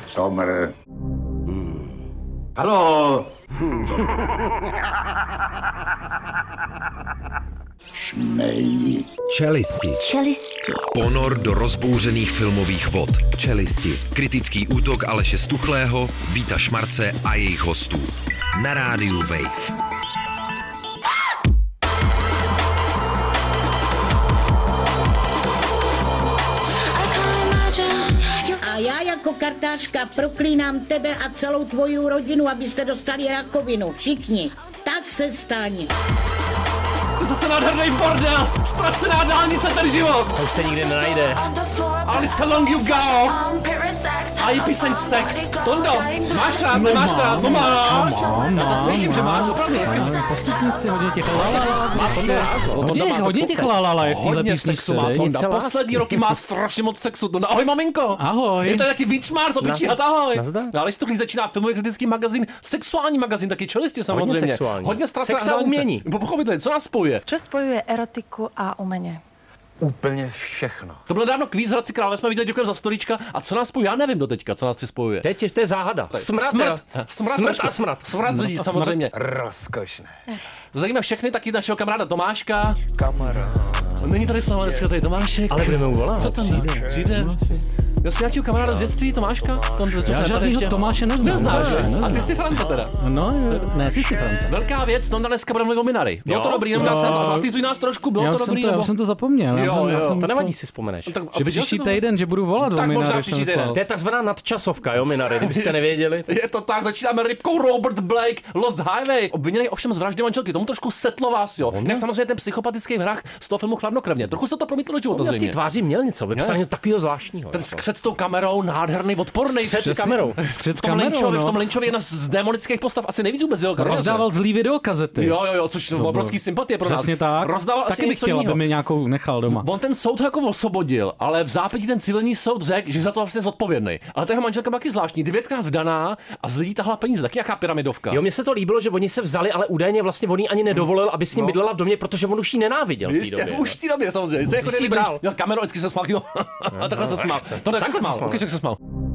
Somr. Halo. Šmelí. Čelisti. Ponor do rozbouřených filmových vod. Čelisti. Kritický útok Aleše Stuchlého, Víta Šmarce a jejich hostů. Na rádiu Wave. A já jako kartářka proklínám tebe a celou tvoji rodinu, abyste dostali rakovinu. Všichni. Tak se staň. To je zase nádherný bordel! Ztracená dálnice, ten život! To už se nikdy nenajde. Alice Long You Go! A jí píseň Sex. Tondo, máš rád, nemáš rád? No máš! Já to cítím, že máš, opravdu. Postupnici, hodně těch lalala. Hodně těch lalala je v téhle písničce. Poslední roky má strašně moc sexu. Tondo, ahoj maminko! Ahoj. Je to taky výčmár, co vyčíhat, ahoj! Nazdar. No, ale Stuchlý začíná filmový kritický magazín, sexuální magazín, taky Čelisti samozřejmě. Hodně Sex a umění. Pochopitelně, co nás spojuje? Co spojuje erotiku a umění? Úplně všechno. To bylo dávno kvíz Hradci Králové, jsme viděli, děkujeme za storíčka. A co nás spojuje? Já nevím do teďka, co nás tři spojuje. Teď to je záhada. Smrt a smrt. Smrt lidí, samozřejmě. Rozkošné. Zdravíme všechny, taky našeho kamaráda Tomáška. Není tady Slava, dneska tady Tomášek. Ale budeme uvolat. Co tam přijde? Já si nějakého kamaráda z dětství, Tomáška? Já žádnýho Tomáše neznáš. A ty jsi Franta teda? No, ne, ty jsi Franta. Velká věc, Tonda dneska budeme mluvit o Minary. Bylo to dobrý, nebo zase atlantizuj nás trošku, bylo to dobrý, Já nebo... už jsem to zapomněl. Jo, to nevadí, si vzpomeneš. Že příští týden, že budu volat o Tak možná Minary. příští týden. To je takzvaná nadčasovka, jo, Minary, kdybyste nevěděli. Je to tak, začínáme rybkou Robert Blake, Lost Highway, obviněný ovšem z vraždy manželky, tomu trošku setlo vás, jo. Jak samozřejmě ten psychopatický vrah z toho filmu Chladnokrevně. Trochu se to promítlo do života V té zřejmě. tváři měl něco, vypsal něco takového zvláštního. Ten skřet s tou kamerou, nádherný, odporný Střed s kamerou. V tom Lynchovi jedna z démonických postav, asi nejvíc vůbec jeho kariéře. Rozdával zlý videokazety. Jo, což obrovský sympatie pro nás. Přesně tak. Rozdával taky asi bych něco chtěl, jiného. aby mi nějakou nechal doma. On ten soud ho jako osvobodil, ale v zápětí ten civilní soud řekl, že za to vlastně zodpovědný. Ale ta jeho manželka byla taky zvláštní, 9krát vdaná a z lidí tahla peníze, taky nějaká pyramidovka. Jo, mně se to líbilo, že oni se vzali, ale údajně vlastně on jí ani nedovolil, aby s ním bydlela v domě, protože on už jí nenáviděl. Jistě, už v té době samozřejmě. To je jako měl kameru, vždycky se smál, a takhle se smál. To tak se smál. Tak se smál.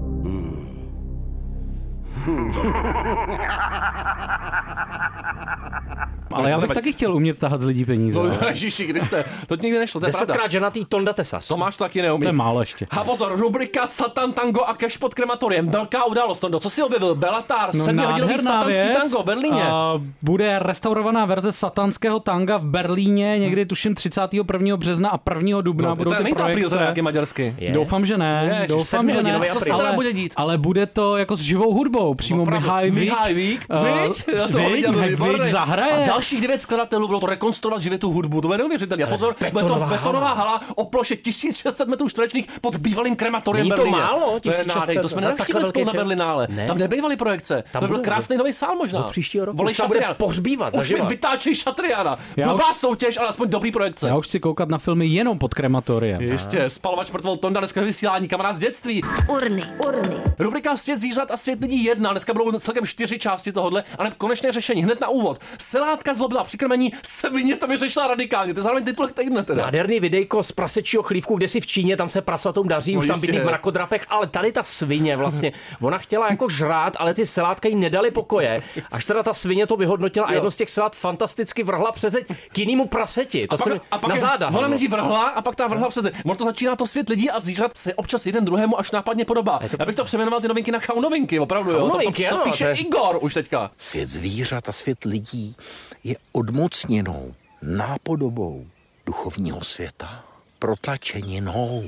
Ale já bych taky chtěl umět tahat z lidí peníze. No, ježiši, kdy jste? To nikdy nešlo, to je pravda. 10krát ženatý Tonda Tesař. Tomáš to taky neumí. To je málo ještě. A pozor, rubrika Satan Tango a cash pod krematoriem. Velká událost, Tondo. Co si objevil? Bellatar, 7hodinový satanský tango v Berlíně. Bude restaurovaná verze satanského tanga v Berlíně, někdy tuším 31. března a 1. dubna budou ty projekce. Nějaký maďarsky. Doufám, že ne. Doufám, že ne. Co se teda bude dít? Ale bude to jako s živou hudbou. Přímo Mihaj Vík zahraje. A dalších 9 skladatelů bylo to rekonstruovat živě tu hudbu. To bude neuvěřitelné. A pozor, bude to betonová hala o ploše 1600 metrů čtverečních pod bývalým krematoriem Berlíně. To málo, 1600. To jsme nenavštívili spolu na Berlinále. Tam nebývaly projekce. To byl krásný nový sál možná. Od příštího roku. Volej Šatrián. Pohřbívat. Už mi vytáčej Šatriána. Blbá soutěž, ale aspoň dobrý projekce. Já už chci koukat na filmy jenom pod krematoriem. Ještě spalovač mrtvol Tonda, dneska vysílání, kamarád z dětství. Urny. Rubrika Svět zvířat a svět lidí 1. Dneska budou celkem 4 části tohodle, ale konečné řešení hned na úvod. Selátka zlobila při krmení, svině to vyřešila radikálně. To je zároveň titulek týdne teda. Nádherný videjko z prasečího chlívku, kde si v Číně, tam se prasatům daří, už tam bydlí v mrakodrapech, ale tady ta svině vlastně, ona chtěla jako žrát, ale ty selátka jí nedali pokoje. Až teda ta svině to vyhodnotila a jedno z těch selát fantasticky vrhla přes zeď k jinému praseti. To na záda. Ona nejdřív vrhla a pak ta vrhla přes zeď. Možná to začíná to svět lidí a zvířat se občas jeden druhému až nápadně podobá. Já bych to přejmenoval ty novinky na chaunovinky, opravdu jo. To píše Igor už teďka. Svět zvířat a svět lidí je odmocněnou nápodobou duchovního světa, protlačeninou.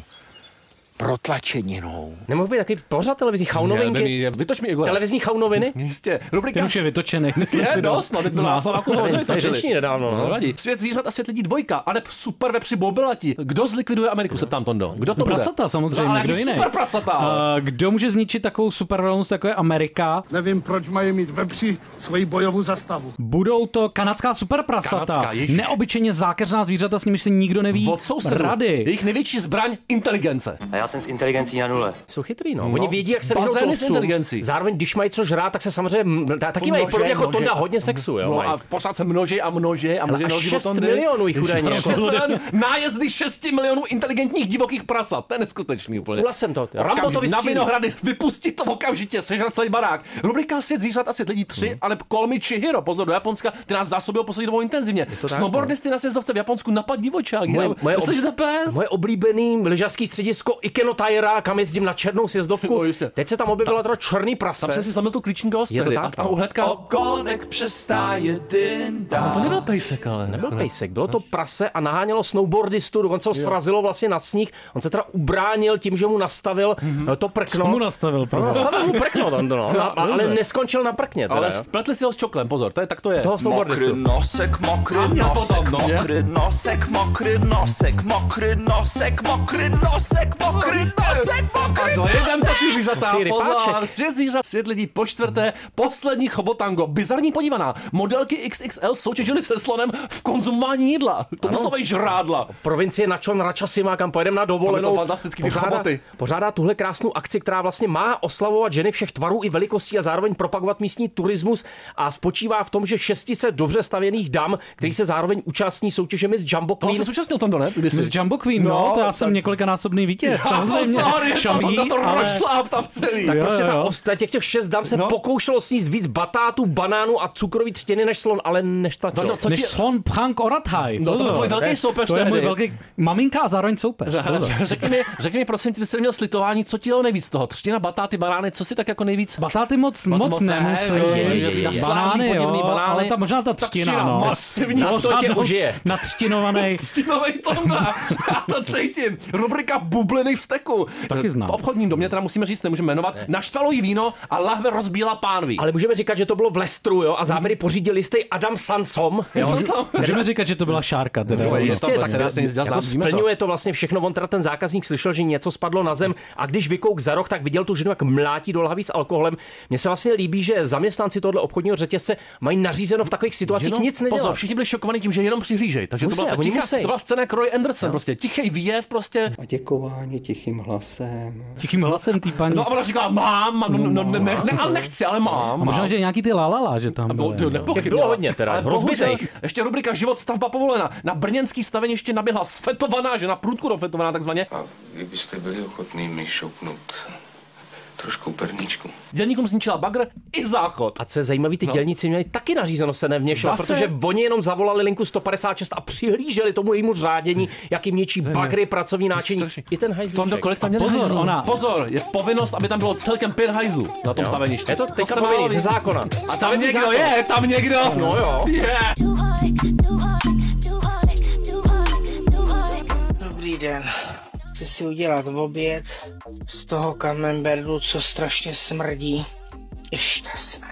Nemohl být taky pořád televizní chaunovinky? Vytoč mi Igora. Televizní chaunoviny? Jistě. Rubrika. Ten už je vytočený. Je dost, no, teď byl Václaváku hodně vytočili. Nedávno. Svět zvířat a svět lidí 2, ale super vepři bobelati. Kdo zlikviduje Ameriku, se ptám, Tondo? Kdo to bude? Prasata samozřejmě, kdo jiný? Super prasata. Kdo může zničit takovou supervelmoc, jako je Amerika? Nevím, proč mají mít vepři svoji bojovou zastavu. Budou to kanadská superprasata. Neobyčejně zákeřná zvířata, s nimiž se nikdo neví rady. Jejich největší zbraň inteligence. A já Já jsem s inteligencí na nule. Jsou chytrý, no. Oni vědí, jak se bazény vyhnout s inteligencí. Zároveň, když mají co žrát, tak se samozřejmě taky mají podobně jako Tonda hodně sexu, jo. No a pořád se množí a množí a množí. A 6 milionů jich údajně. 6 milionů nájezdy 6 milionů inteligentních divokých prasat. To je neskutečný úplně. Kula jsem to. Rambo to na Vinohrady, vypustit to okamžitě, sežrat celý barák. Rubrika Svět zvířat a svět lidí 3, ale Call me Chihiro, pozor, do Japonska, ty nás zásobil poslední dobou intenzivně. Snowboardisty na sjezdovce v Japonsku napad divočák. Moje oblíbený lyžařský středisko Ikenotaira, kam jezdím na černou sjezdovku. Teď se tam objevila teda černý prase. Tam jsem si slamil tu klíčníkost. Je to tak, a hnedka. Okonek přestáje dynda. To nebyl pejsek, ale. Nebyl pejsek, bylo to prase a nahánělo snowboardistu, dokonce ho srazilo vlastně na sníh. On se teda ubránil tím, že mu nastavil to prkno. Co mu nastavil? Nastavil mu prkno, ale neskončil na prkně. Ale spletli si ho s čoklem, pozor, tak to je. Toho snowboardistu. Nosek, mokrý nosek, mokrý nosek, mokrý nosek, mokrý nosek, mokrý nosek, mokrý nosek, mokrý nosek. A to jedem taky zvířata, pozor, Svět zvířat, svět lidí po čtvrté, poslední chobotango, bizarní podívaná. Modelky XXL soutěžily se slonem v konzumování jídla. To muselo být žrádla. Provincie Načon Račasima, kam pojedeme na dovolenou. To fantastický ty choboty. Pořádá tuhle krásnou akci, která vlastně má oslavovat ženy všech tvarů i velikostí a zároveň propagovat místní turismus a spočívá v tom, že 600 dobře stavěných dam, který se zároveň účastní soutěže Miss Jumbo Queen. To se účastnil tam, ne? Miss Jumbo Queen, no, to já jsem několikanásobný vítěz. Samozřejmě. To rozšláp tam celý. Tak prostě těch 6 dam se pokoušelo sníst víc batátů, banánů a cukrový třtiny než slon, ale neštatilo. Než slon Pchank Orathaj. No to tvoj velký soupeř. To je můj velký maminka a zároveň soupeř. Řekni mi, prosím, ty jsi měl slitování, co ti nejvíc z toho? Třtina, batáty, banány, co si tak jako nejvíc? Batáty moc nemusí. Banány, jo, ale ta možná ta třtina, no. Masivní, to tě užije. Natřtinovaný. Třtinovej Tonda. Já to cítím. Rubrika bubliny v steku. Taky znám. V obchodním domě, teda musíme říct, nemůžeme jmenovat, naštvalo jí víno a lahve rozbíla pánví. Ale můžeme říkat, že to bylo v Lestru, jo, a záměry pořídil jistý Adam Sansom. Můžeme říkat, že to byla šárka, teda. Jistě, tak splňuje to vlastně všechno. On teda ten zákazník slyšel, že něco spadlo na zem a když vykouk za roh, tak viděl tu ženu, jak mlátí do lahví s alkoholem. Mně se vlastně líbí, že zaměstnanci tohoto obchodního řetězce mají nařízeno v takových situacích nic nedělat. Pozor, všichni byli šokovaní tím, že jenom přihlížejí. Takže to byla scéna jak Roy Anderson, prostě tichý výjev prostě. A děkování tichým hlasem. Tichým hlasem tý paní. No a ona říkala, mám, ale nechci, ale mám. A možná, že nějaký ty lalala, že tam byly. Bylo hodně teda, rozbitejch. Ještě rubrika Život, stavba povolena. Na brněnský staveniště naběhla sfetovaná žena, prudku dofetovaná takzvaně. A kdybyste byli ochotní mi šoupnout trošku perničku. Dělníkům zničila bagr i záchod. A co je zajímavé, ty dělníci měli taky nařízeno se nevměšovat, protože oni jenom zavolali linku 156 a přihlíželi tomu jejímu řádění, jak jim ničí bagry, pracovní náčení. I ten hajzlíček. Kolik tam měli Pozor, je povinnost, aby tam bylo celkem 5 hajzlů na tom staveništi. Je to teďka povinný ze zákona. A tam někdo je, tam někdo. No jo. Dobrý den. Chci si udělat oběd z toho camembertu, co strašně smrdí. Ještě smrt.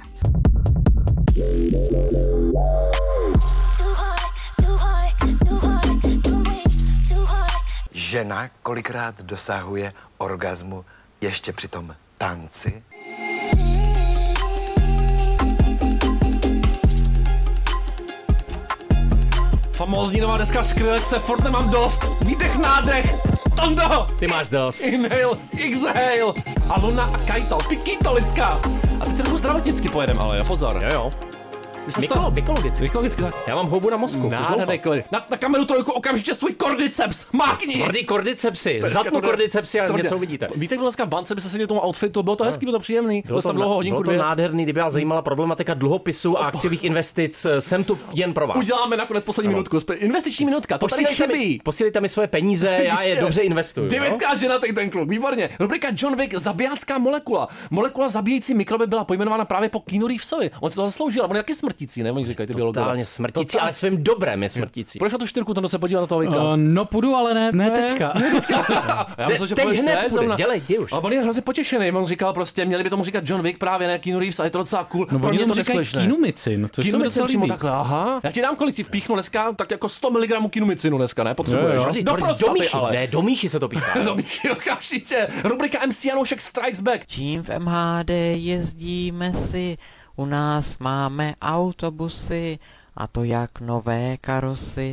Žena kolikrát dosahuje orgazmu ještě při tom tanci? Famózní nová deska Skrillexe, furt nemám dost. Výdech, nádech. Tondo! Ty máš dost. Inhale, exhale. A Luna a Kaito, ty Kito lidská. A teď trochu zdravotnicky pojedem, ale pozor. Jo. Mykologicky. Já mám houbu na mozku. Na kameru trojku okamžitě svůj kordyceps. Mákni! Tvrdý kordycepsy. Zatnu kordycepsy a něco uvidíte. Víte, kdo dneska v bance by se seděl tomu outfitu, bylo to hezký, bylo to příjemný. Bylo to nádherný, kdyby vás zajímala problematika dluhopisů a akciových investic, jsem tu jen pro vás. Uděláme nakonec poslední minutku. Investiční minutka, to tady chybí. Posílejte mi svoje peníze, já je dobře investuju. 9krát ženatý ten kluk, výborně. Rubrika John Wick, zabijácká molekula. Molekula zabíjející mikroby byla pojmenována právě po Keanu Reevesovi. On si to zasloužil, on je taky smrtící, ne? Oni říkají ty biologové. Totálně smrtící, ale svým dobrem je smrtící. Proč na tu 4, to se podívat na toho Wicka? No půjdu, ale ne teďka. Já myslím, že teď hned půjde, dělej už. A on je hrozně potěšený, on říkal prostě, měli by tomu říkat John Wick právě, ne Keanu Reeves, a je to docela cool. No oni tomu říkají kinumicin, což se mi docela líbí. Takhle, aha. Já ti dám, kolik ti vpíchnu dneska, tak jako 100 mg kinumicinu dneska, ne? Potřebuješ. Do míchy se to píchá. Do míchy, okamžitě. Rubrika MC Janoušek Strikes Back. Čím v MHD jezdíme si, u nás máme autobusy, a to jak nové karosy,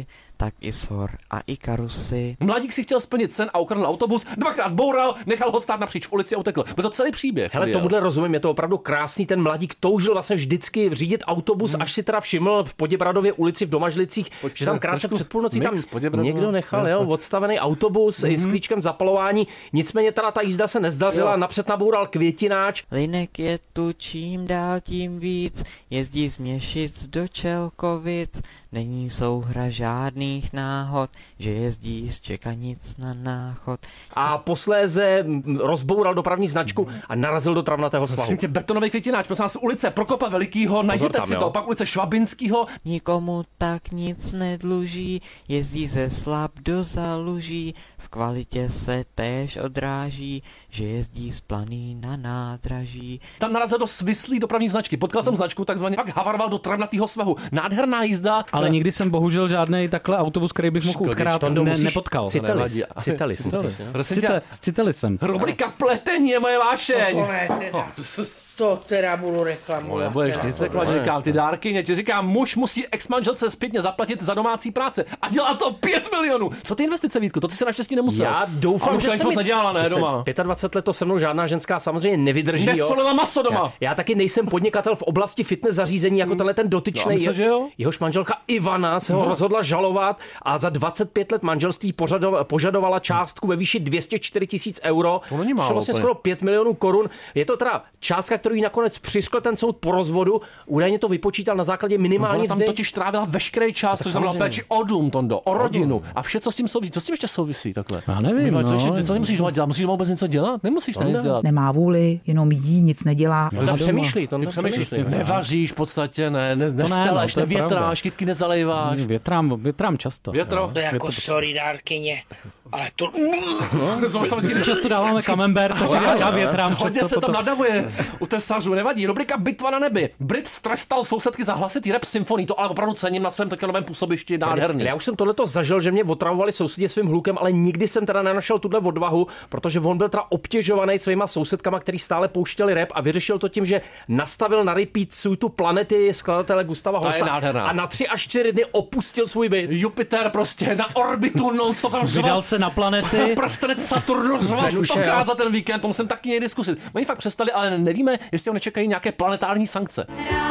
tak i Sor a Ikarusy. Mladík si chtěl splnit sen a ukradl autobus, dvakrát boural, nechal ho stát napříč v ulici a utekl. Byl to celý příběh. Hele, tomuhle rozumím, je to opravdu krásný. Ten mladík toužil vlastně vždycky řídit autobus, až si teda všiml v Poděbradově ulici v Domažlicích, že tam krátce před půlnocí tam někdo nechal odstavený autobus i s klíčkem zapalování. Nicméně teda ta jízda se nezdařila, napřed naboural květináč. Linek je tu čím dál tím víc, jezdí z Měšic do Čelkovic. Není souhra žádných náhod, že jezdí z Čekanic na Náchod. A posléze rozboural dopravní značku a narazil do travnatého svahu. Prosím tě, betonový květináč, prosím vás, ulice Prokopa Velikýho, najděte si to, pak ulice Švabinskýho. Nikomu tak nic nedluží, jezdí ze Slab do Zaluží, v kvalitě se též odráží, že jezdí z Planý na nádraží. Tam narazil do svislý dopravní značky, potkal jsem značku takzvaně, pak havaroval do travnatého svahu. Nádherná jízda. Ale nikdy jsem bohužel žádný takhle autobus, který bych mohl utkrát, nepotkal. Citeli jsem. Rubrika pletení je moje vášeň. To teda budu reklamovat. Nebudeš ty řekla, že říkám ty dárkyně, ti říkám, muž musí ex-manželce zpětně zaplatit za domácí práce a dělá to 5 milionů. Co ty investice, Vítku? To ty si naštěstí nemusel. Já doufám, že jsem nedělala, ne, doma. 25 let to se mnou žádná ženská samozřejmě nevydrží. Nesolila maso doma. Já taky nejsem podnikatel v oblasti fitness zařízení, jako tenhle ten dotyčný. Jehož manželka Ivana se ho rozhodla žalovat a za 25 let manželství požadovala částku ve výši 204 000 euro. To není málo. Vlastně skoro 5 milionů korun. Je to teda částka, kterou jí nakonec přiškl ten soud po rozvodu. Údajně to vypočítal na základě minimální tam totiž trávila veškerý čas, což znamená péči o dům, Tondo, o rodinu a vše, co s tím souvisí. Co s tím ještě souvisí takhle? Já nevím. Co nemusíš dělat? Musíš vůbec něco dělat? Nemusíš nic dělat. Nemá vůli, jenom jí, nic nedělá. To přemýšlí. Nevaříš v podstatě, nesteleš, nevětráš, kytky nezalejváš. Větrám často. To je jako sorry dárkyně, ale to... My často dáváme camembert, takže já větrám často. Hodně se tam nadavuje u tesařů, nevadí. Rubrika Bitva na nebi. Brit strestal sousedky za hlasitý rap symfonii, to ale opravdu cením na svém takovém novém působišti, nádherný. Já už jsem tohleto zažil, že mě otravovali sousedi svým hlukem, ale nikdy jsem teda nenašel tuhle odvahu, protože on byl teda obtěžovaný svýma sousedkama, který stále pouštěli rap a vyřešil to tím, že nastavil na repeat suitu Planety skladatele Gustava Holsta a na 3 až 4 dny opustil svůj byt. Jupiter prostě na orbitu non-stop. Vydal se na planety. Prstenec Saturnu řval 100krát za ten víkend, to musím taky někdy zkusit. Oni fakt přestali, ale nevíme, jestli ho nečekají nějaké planetární sankce.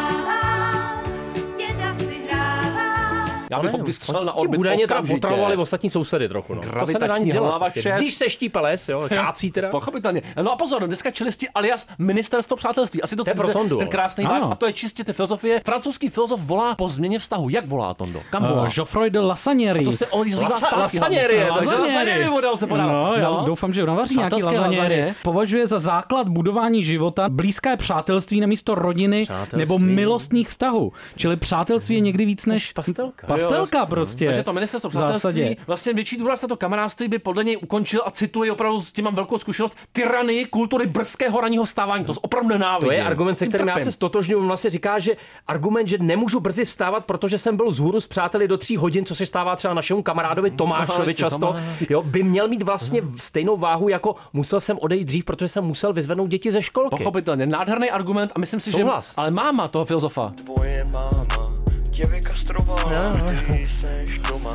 Já bych vystřelil na orbitu. Údajně tam potravovali ostatní sousedy trochu. No. To se nedá nic dělat. Když se štípe les, kácí teda. Pochopitelně. No a pozor, dneska čelisti alias ministerstvo přátelství. Asi to ten krásný vibe. A to je čistě ty filozofie. Francouzský filozof volá po změně vztahu. Jak volá, Tondo? Kam volá? Geoffroy de Lasagnerie. Co se on říká zpátky? Lasagnerie model se podal. No, já doufám, že navaří nějaký lasagnerie. Považuje za základ budování života blízké přátelství namísto rodiny nebo milostných vztahů. Čili přátelství je někdy víc než pastelka prostě. Takže to ministerstvo přátelství, vlastně větší důraz na to kamarádství by podle něj ukončil a cituji, opravdu s tím mám velkou zkušenost, tyranii kultury brzkého ranního vstávání. To opravdu nenávidím. To je argument, se kterým já se stotožňuji. Vlastně říká, že argument, že nemůžu brzy vstávat, protože jsem byl vzhůru s přáteli do 3 hodin, co se stává třeba našemu kamarádovi Tomášovi často, by měl mít vlastně stejnou váhu, jako musel jsem odejít dřív, protože jsem musel vyzvednout děti ze školky. Pochopitelně, nádherný argument a myslím si, že ale máma toho filozofa. Tvoje máma tě vykastrovala, ty seš doma.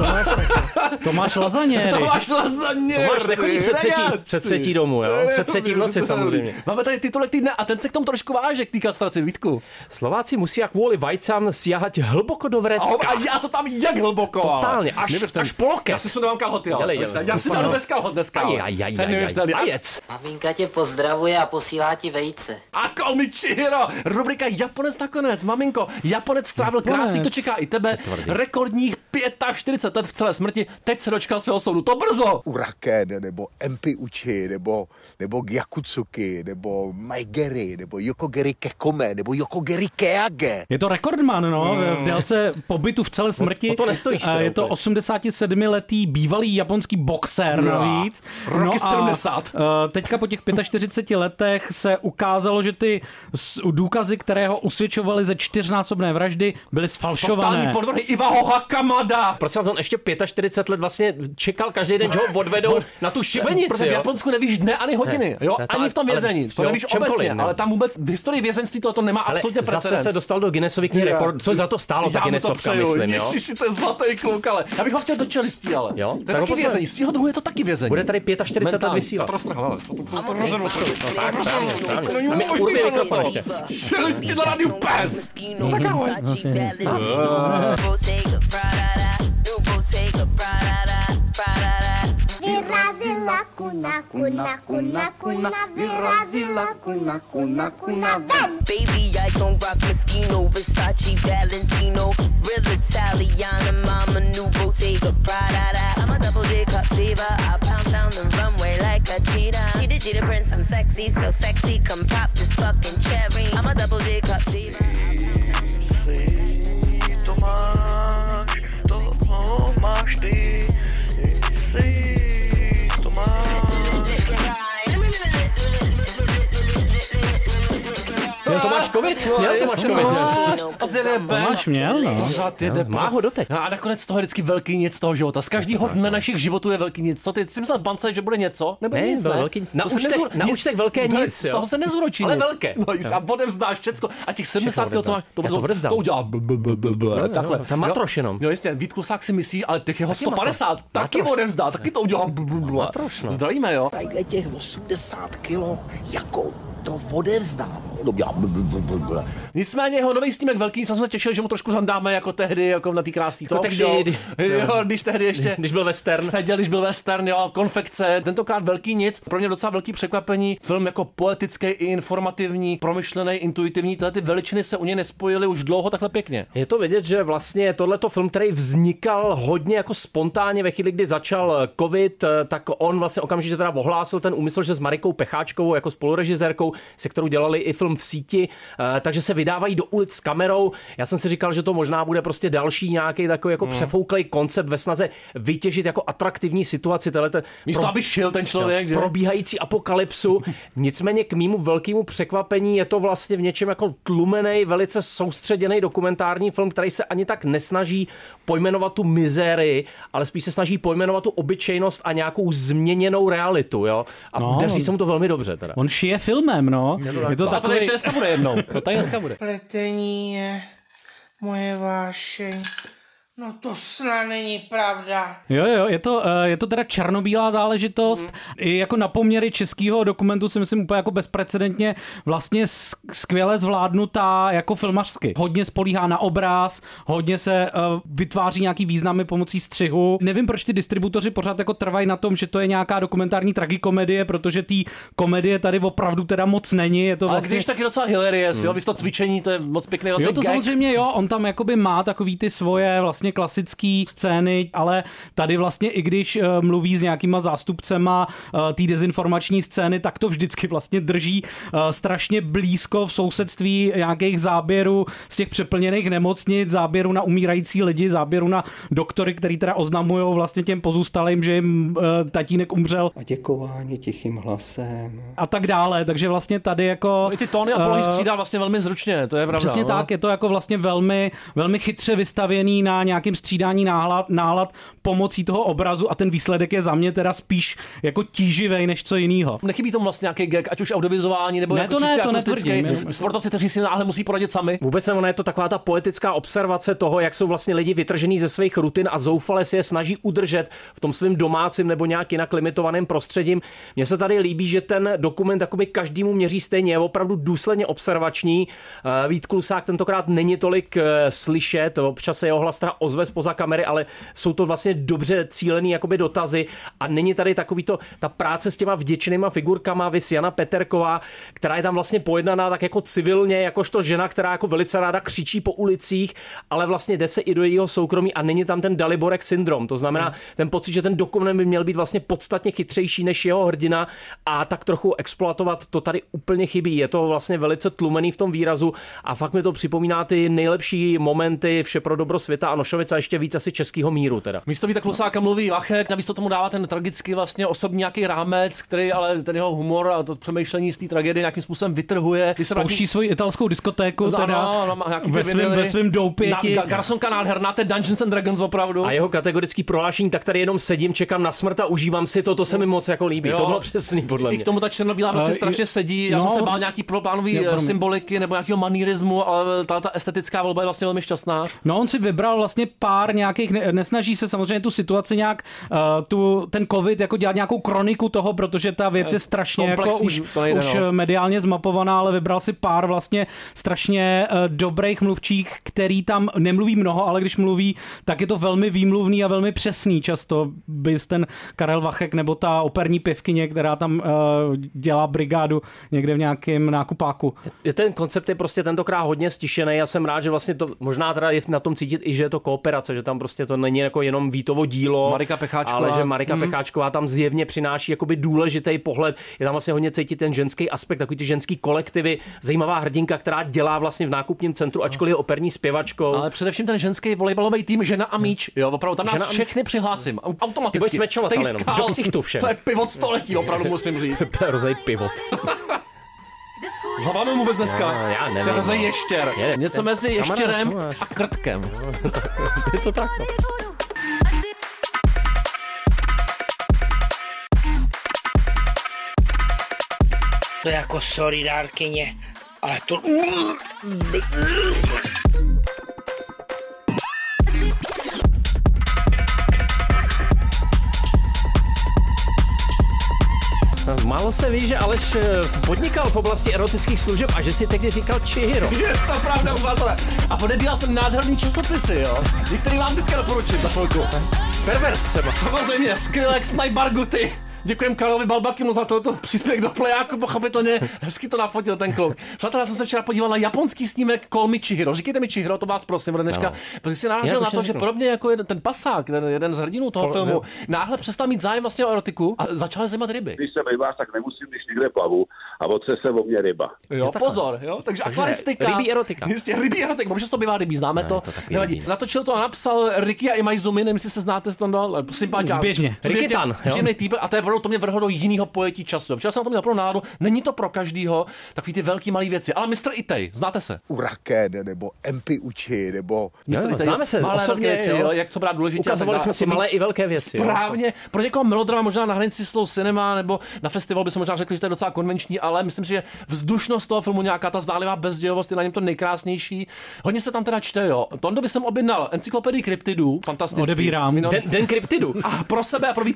Tomáš Lasagnerie. Tomáš nechodí před třetí domů, jo? Před třetí v noci samozřejmě. Máme tady titulek týdne a ten se k tomu trošku váže k té kastraci, Vítku. Slováci musí jak kvůli vajcám siahat hlboko do vrecka. A já jsem tam jak hlboko. Totálně, až po loket. Já si sundávám kalhoty, jo. Já si dám bez kalhot dneska. Ajec. Maminka tě pozdravuje a posílá ti vejce. A call me Chihiro. Rubrika Japonec nakonec. Maminko, Japonec strávil krásný, to čeká i tebe. Rekordních 45 let v celé smrti. Teď se dočkal svého soudu. To brzo. Uraken, nebo Empi Uchi, nebo Gyakutsuki, nebo Maigeri, nebo Yokogeri Kekome, nebo Yokogeri Keage. Je to rekordman, no, v délce pobytu v celé smrti. O to nestojíš. Je to 87letý bývalý japonský boxer navíc. Roky 70. Teďka po těch 45 letech se ukázalo, že ty důkazy, které ho usvědčovaly ze 4násobné vraždy, byly sfalšované. Totální podvrhy Iwao Hakama armáda. Prosím vás, on ještě 45 let vlastně čekal každý den, že ho odvedou na tu šibenici. Protože v Japonsku nevíš dne ani hodiny, jo? Ani v tom vězení. To nevíš obecně, ale tam vůbec v historii vězenství to nemá absolutně precedens. Zase se dostal do Guinnessovy knihy rekordů, co za to stálo ta Guinnessovka, myslím, jo? Ježiši, to je zlatý kluk, ale já bych ho chtěl do čelistí, ale. Jo? To je taky vězení, z tvýho druhu je to taky vězení. Bude tady 45 let vysílat. A mi urvě mikrofon ještě. Čelisti na rádiu Pes. Tak ahoj. Vyrazila kuna, vyrazila kuna, ven! Baby, I don't rock Moschino, Versace, Valentino, real Italiana, mama, new Bottega, Prada. I'm a double J cup diva, I pound down the runway like a cheetah. She the prince, I'm sexy, so sexy, come pop this fucking cherry. I'm a double J cup diva. To máš ty, to máš. Měl Tomáš covid? Tomáš měl, no. Má ho doteď. No a nakonec toho je vždycky velký nic toho života. Z každého dne našich životů je velký nic. Co ty jsi myslel v bance, že bude něco? Nebo nic, ne? Na účtech velké nic, z toho se nezúročí. Ale velké. No a odevzdáš všecko. A těch 70 kg, co máš, to udělá takhle. Tam má troš jenom. Jo, jistě, Vít Klusák si myslí, ale těch jeho 150 taky odevzdá, taky to udělá. Zdravíme, jo. Takhle těch 80 kg, jako to odevzdám. Nicméně jeho nový snímek velký, jsem se těšil, že mu trošku zandáme jako tehdy, jako na té krásné talk show. Když tehdy ještě když byl western. Seděl, když byl western, jo, konfekce, tentokrát velký nic. Pro mě docela velký překvapení. Film jako poetický i informativní, promyšlený, intuitivní. Tyhle ty veličiny se u něj nespojily už dlouho takhle pěkně. Je to vidět, že vlastně tohleto film, který vznikal hodně jako spontánně ve chvíli, kdy začal covid, tak on vlastně okamžitě teda ohlásil ten úmysl, že s Marikou Pecháčkovou jako spolurežisérkou, se kterou dělali i film v síti, takže se vydávají do ulic s kamerou. Já jsem si říkal, že to možná bude prostě další nějaký takový jako přefouklej koncept ve snaze vytěžit jako atraktivní situaci. Místo, aby šil ten člověk, že? Probíhající apokalypsu. Nicméně k mému velkému překvapení je to vlastně v něčem jako tlumený, velice soustředěný dokumentární film, který se ani tak nesnaží pojmenovat tu mizérii, ale spíš se snaží pojmenovat tu obyčejnost a nějakou změněnou realitu, jo? A daří se mu to velmi dobře teda. On šije filmem, no. Je to takový... To dneska bude jednou. To tady dneska bude. Pletení je moje vášeň. No to snad není pravda. Jo, je to teda černobílá záležitost. I jako na poměry českého dokumentu si myslím úplně jako bezprecedentně vlastně skvěle zvládnutá jako filmařsky. Hodně spolíhá na obraz, hodně se vytváří nějaký významy pomocí střihu. Nevím, proč ty distributoři pořád jako trvají na tom, že to je nějaká dokumentární tragikomedie, protože tý komedie tady opravdu teda moc není. Je to ale vlastně... když tak je docela hilarious, jo, víš to cvičení, to je moc pěkný vlastně jo, to gag. samozřejmě jo, on tam jakoby má takový ty svoje vlastně klasické scény, ale tady vlastně i když mluví s nějakýma zástupcema té dezinformační scény, tak to vždycky vlastně drží strašně blízko v sousedství nějakých záběrů z těch přeplněných nemocnic, záběrů na umírající lidi, záběrů na doktory, který teda oznamujou vlastně těm pozůstalým, že jim tatínek umřel. A děkování tichým hlasem. A tak dále, takže vlastně tady jako... I ty tóny a polohy střídá vlastně velmi zručně, to je pravda. Přesně tak, je to jako vlastně velmi, velmi chytře vystavěný na nějakým střídání nálad pomocí toho obrazu a ten výsledek je za mě teda spíš jako tíživej než co jinýho. Nechybí tomu vlastně nějaký gag, ať už audiovizuální nebo jako čistě akustický. Sportovci, kteří si náhle musí poradit sami. Vůbec ne, je to taková ta poetická observace toho, jak jsou vlastně lidi vytržený ze svých rutin a zoufale si je snaží udržet v tom svým domácím nebo nějak jinak limitovaném prostředím. Mně se tady líbí, že ten dokument jakoby každému měří stejně, je opravdu důsledně observační. Vít Klusák tentokrát není tolik slyšet, občas se jeho hlas teda ozve spoza kamery, ale jsou to vlastně dobře cílený jakoby dotazy a není tady takovýto ta práce s těma vděčnýma figurkama, vis Jana Peterková, která je tam vlastně pojednaná tak jako civilně, jakožto žena, která jako velice ráda křičí po ulicích, ale vlastně jde se i do jejího soukromí a není tam ten Daliborek syndrom. To znamená ten pocit, že ten dokument by měl být vlastně podstatně chytřejší než jeho hrdina a tak trochu exploatovat to tady úplně chybí. Je to vlastně velice tlumený v tom výrazu a fakt mi to připomíná ty nejlepší momenty Vše pro dobro světa a Holešovic a ještě víc asi českého míru teda. Místo Víta Klusáka mluví Vachek, navíc to tomu dává ten tragicky vlastně osobní nějaký rámec, který ale ten jeho humor a to přemýšlení z té tragédie nějakým způsobem vytrhuje. Pouští svoji italskou diskotéku teda ve svém doupěti. Garsonka nádherná, to je Dungeons and Dragons opravdu. A jeho kategorický prohlášení, tak tady jenom sedím, čekám na smrt a užívám si to se mi moc jako líbí. Jo. To bylo přesný podle mě. I k tomu ta černobílá prostě strašně sedí. Já jsem se bál nějaký proplánový symboliky nebo nějakého manierismu, ale ta estetická volba je vlastně velmi šťastná. No, on si vybral vlastně pár nějakých, nesnaží se samozřejmě tu situaci nějak, ten covid jako dělat nějakou kroniku toho, protože ta věc je strašně jako už mediálně zmapovaná, ale vybral si pár vlastně strašně dobrých mluvčích, který tam nemluví mnoho, ale když mluví, tak je to velmi výmluvný a velmi přesný často. Bys ten Karel Vachek nebo ta operní pěvkyně, která tam dělá brigádu někde v nějakém nákupáku. Ten koncept je prostě tentokrát hodně stišený. Já jsem rád, že vlastně to možná teda je na tom cítit i, že je to kooperace, že tam prostě to není jako jenom Vítovo dílo, Marika Pecháčková. ale že Marika Pecháčková tam zjevně přináší jakoby důležitý pohled. Je tam vlastně hodně cítit ten ženský aspekt, takový ty ženský kolektivy, zajímavá hrdinka, která dělá vlastně v nákupním centru, ačkoliv je operní zpěvačkou. Ale především ten ženský volejbalový tým Žena a míč. Jo, opravdu tam nás všechny přihlásím. Automaticky. To je pivot století, opravdu musím říct. Rozej pivot. Zavoláme mu vůbec dneska. Já nevím. To je rozej ještěr. Něco mezi ještěrem a krtkem. Je to tak. To je jako sorry dárkyně, ale to... Málo se ví, že Aleš podnikal v oblasti erotických služeb a že si tehdy říkal Chihiro. Je to pravda, přátelé. A odebíral jsem nádherný časopisy, jo. Některý vám vždycky doporučím za chvilku. Pervers třeba. Samozřejmě, Skrillex, Najbarguty. Děkujem Karlovi Balbakimu za tohoto příspěvek do plejáku, pochopitelně hezky to nafotil ten kluk. Přátelé, já jsem se včera podíval na japonský snímek Call me Chihiro. Říkejte mi Chihiro, to vás prosím, dneška. Protože si narážel na to, že podobně jako ten pasák, jeden z hrdinů toho filmu, náhle přestal mít zájem vlastně o erotiku a začal zajímat ryby. Když jsem rybář, tak nemusím, když někde plavu a otře se o mě ryba. Jo, pozor, jo. Takže akvaristika. Rybí erotika. Jistě, rybí erotika, protože to bývá rybí, známe to. Nevadí. Natočil to a napsal Ricky a Imaizumi, nevím, jestli se znáte s tom sympatiák. Zběžně. Rikitan, příjemný týpek a to mě vrhlo do jiného pojetí času. Včera jsem na to měl pro náladu, není to pro každýho, takový ty velký malý věci. Ale Mr. Itej, znáte se? Uraken, nebo MP Uchi, nebo Mr. Itej. Známe se osobně, věci, jo, jak co brát důležitě. Ukazovali jsme si malé i velké věci. Správně. Pro někoho melodrama možná na hranici slow cinema nebo na festival by se možná řekli, že to je docela konvenční, ale myslím si, že vzdušnost toho filmu, nějaká ta zdánlivá bezdějovost je na něm to nejkrásnější. Hodně se tam teda čte, jo. Tondovi jsem objednal encyklopedii kryptidů, fantastický. Odebírám. Den kryptidů. A pro sebe a pro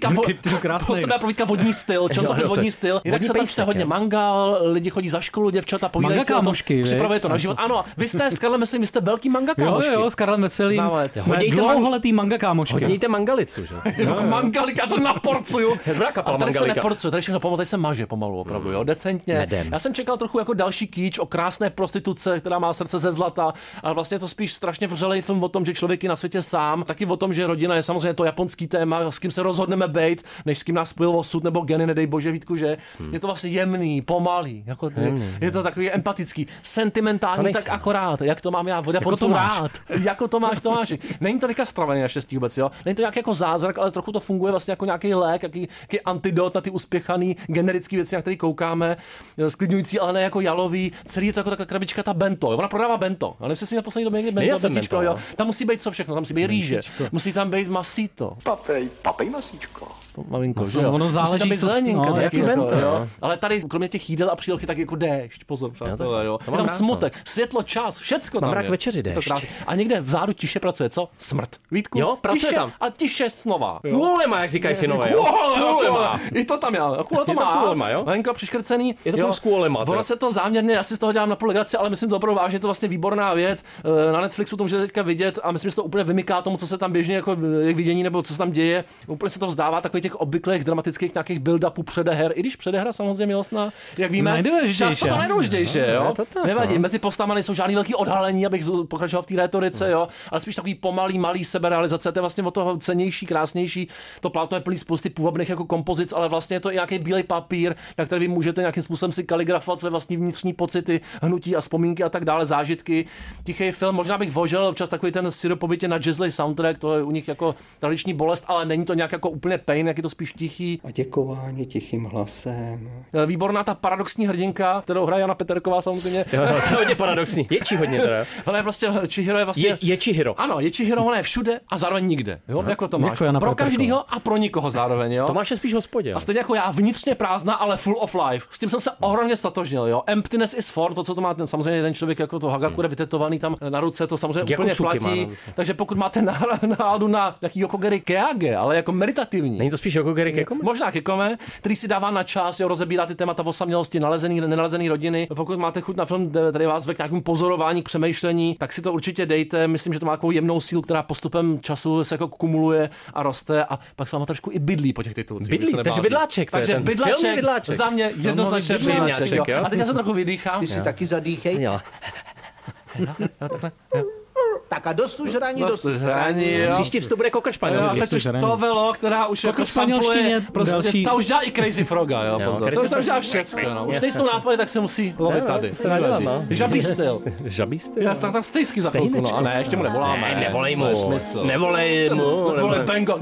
Vítka vodní styl, časopis vodní styl. Jinak se tam čte hodně manga, lidi chodí za školu, děvčata povídají si o tom, připravuje to na život. Ano, vy jste s Karlem Veselým, vy jste velký manga kámošky. Jo, s Karlem Veselým. Dlouholetý manga kámošky. Hodnějte mangalicu, že? Mangalika, to naporcuju. A tady se neporcuje, tady všechno tady se maže pomalu, opravdu, jo, decentně. Já jsem čekal trochu jako další kýč o krásné prostituce, která má srdce ze zlata, ale vlastně to spíš strašně vřelej film o tom, že člověk je na světě sám, taky o tom, že rodina je samozřejmě to japonský téma, s kým se rozhodneme bejt, než s kým nás spojil osud nebo geny, nedej bože, Vítku, že je to vlastně jemný, pomalý, jako je to takový empatický, sentimentální, tak akorát, jak to mám já od Japonců rád. Jako Tomáši. Není to vykastrovaný naštěstí vůbec, jo. Není to jako zázrak, ale trochu to funguje vlastně jako nějaký lék, jaký antidot na ty uspěchaný generické věci, na které koukáme, sklidňující, ale ne jako jalový. Celý je to jako taková krabička ta bento. Jo. Ona prodává bento. Ale nevím, si na poslední době někdy bento, jo. Tam musí být co všechno, tam musí být rýže, musí tam být masito. Papej masíčko. Maminko, no, ono záleží, co jaký bento, jo. Ale tady kromě těch jídel a přílochy tak jako déšť, pozor, přátelé, jo. Je tam smutek, světlo, čas, všecko tam je. Večeři déšť. A někde vzadu tiše pracuje, co? Smrt. Vítku? Jo, pracuje tam. A tiše snova. Kůlema, jak říkají Finové, jo. Kůlema. I to tam já. Kůle to má. Kůlema, jo. Malinko přiškrcený. Je to s kůlema. Ono se to záměrně, asi z toho dělám na půl legraci, ale myslím to opravdu vážně, je to vlastně výborná věc. Na Netflixu to můžete teďka vidět a myslím, že to úplně vymyká tomu, co se tam běžně jako vidění nebo co se tam děje. Úplně se to vzdává takových těch obvyklých dramatických nějakých build-upů předeher, i když předehra samozřejmě milostná, jak víme, často to nejdůležitější, jo. Nevadí, mezi postavami nejsou žádný velký odhalení, abych pokračoval v té rétorice, jo, ale spíš takový pomalý, malý seberealizace, to je vlastně o toho cennější, krásnější. To plátno je plný spousty půvabných jako kompozic, ale vlastně je to i nějaký bílej papír, na který vy můžete nějakým způsobem si kaligrafovat své vlastní vnitřní pocity, hnutí a vzpomínky a tak dále, zážitky. Tichý film, možná bych vožel občas takový ten syropovitě na jazzlej soundtrack, to je u nich jako tradiční bolest, ale není to nějak jako úplně pain, jak je to spíš tichý. A děkování tichým hlasem. Výborná ta paradoxní hrdinka, kterou hraje Jana Peterková samozřejmě. Jo, to je hodně paradoxní. Je hodně teda. Ale prostě Chihiro je vlastně je Chihiro. Ano, je Chihiro, ona je všude a zároveň nikde, jo? Jako to máš. Pro každýho a pro nikoho zároveň, jo. To máš spíš v hospodě. A stejně jako já, vnitřně prázdná, ale full of life. S tím jsem se ohromně statožnil, jo. Emptiness is for, to co to má ten samozřejmě ten člověk jako to Hagakure vytetovaný tam na ruce, to samozřejmě úplně platí. Takže pokud máte náladu na nějaký Yokogeri Keage, ale jako meditativní. Není to spíš Yokogeri Kekome? Možná Kekome, který si dává na čas, jo, rozebírá ty témata osamělosti, nenalezený rodiny. Pokud máte chuť na film, který vás ve k nějakému pozorování, k přemýšlení, tak si to určitě dejte. Myslím, že to má takovou jemnou sílu, která postupem času se jako kumuluje a roste a pak se vám trošku i bydlí po těch titulcích. Bydlí, takže bydláček. Takže bydláček. Za mě jednoznačně bydláček. A teď já se trochu vydýchám. Ty si taky zadýchej. Jo. Tak a dost už hraní. Příští vstup bude Koko španělský. Teď už to velo, která už jako sampluje, prostě ta už dělá i Crazy Froga, jo, pozor. To už dělá všecko, no. Už nejsou nápady, tak se musí lovit tady. Žabý styl. Žabý styl? Já tak stejsky za chvilku, no. A ne, ještě mu nevoláme. Nevolej mu. Nevolej mu. Volej Bengo.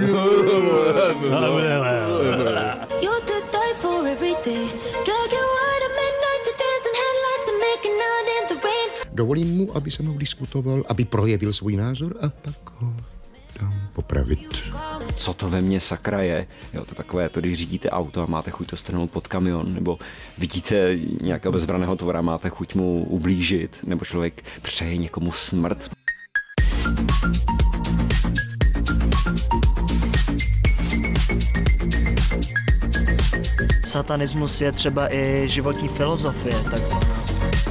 You're to die for everything. Drag you out at midnight to dancing headlights and making out in the rain. Dovolím mu, aby se mnou diskutoval, aby projevil svůj názor a pak ho dám popravit. Co to ve mně sakra je? Jo, to takové, to když řídíte auto a máte chuť to strhnout pod kamion, nebo vidíte nějakého bezbraného tvora, máte chuť mu ublížit, nebo člověk přeje někomu smrt. Satanismus je třeba i životní filozofie, takzvaná.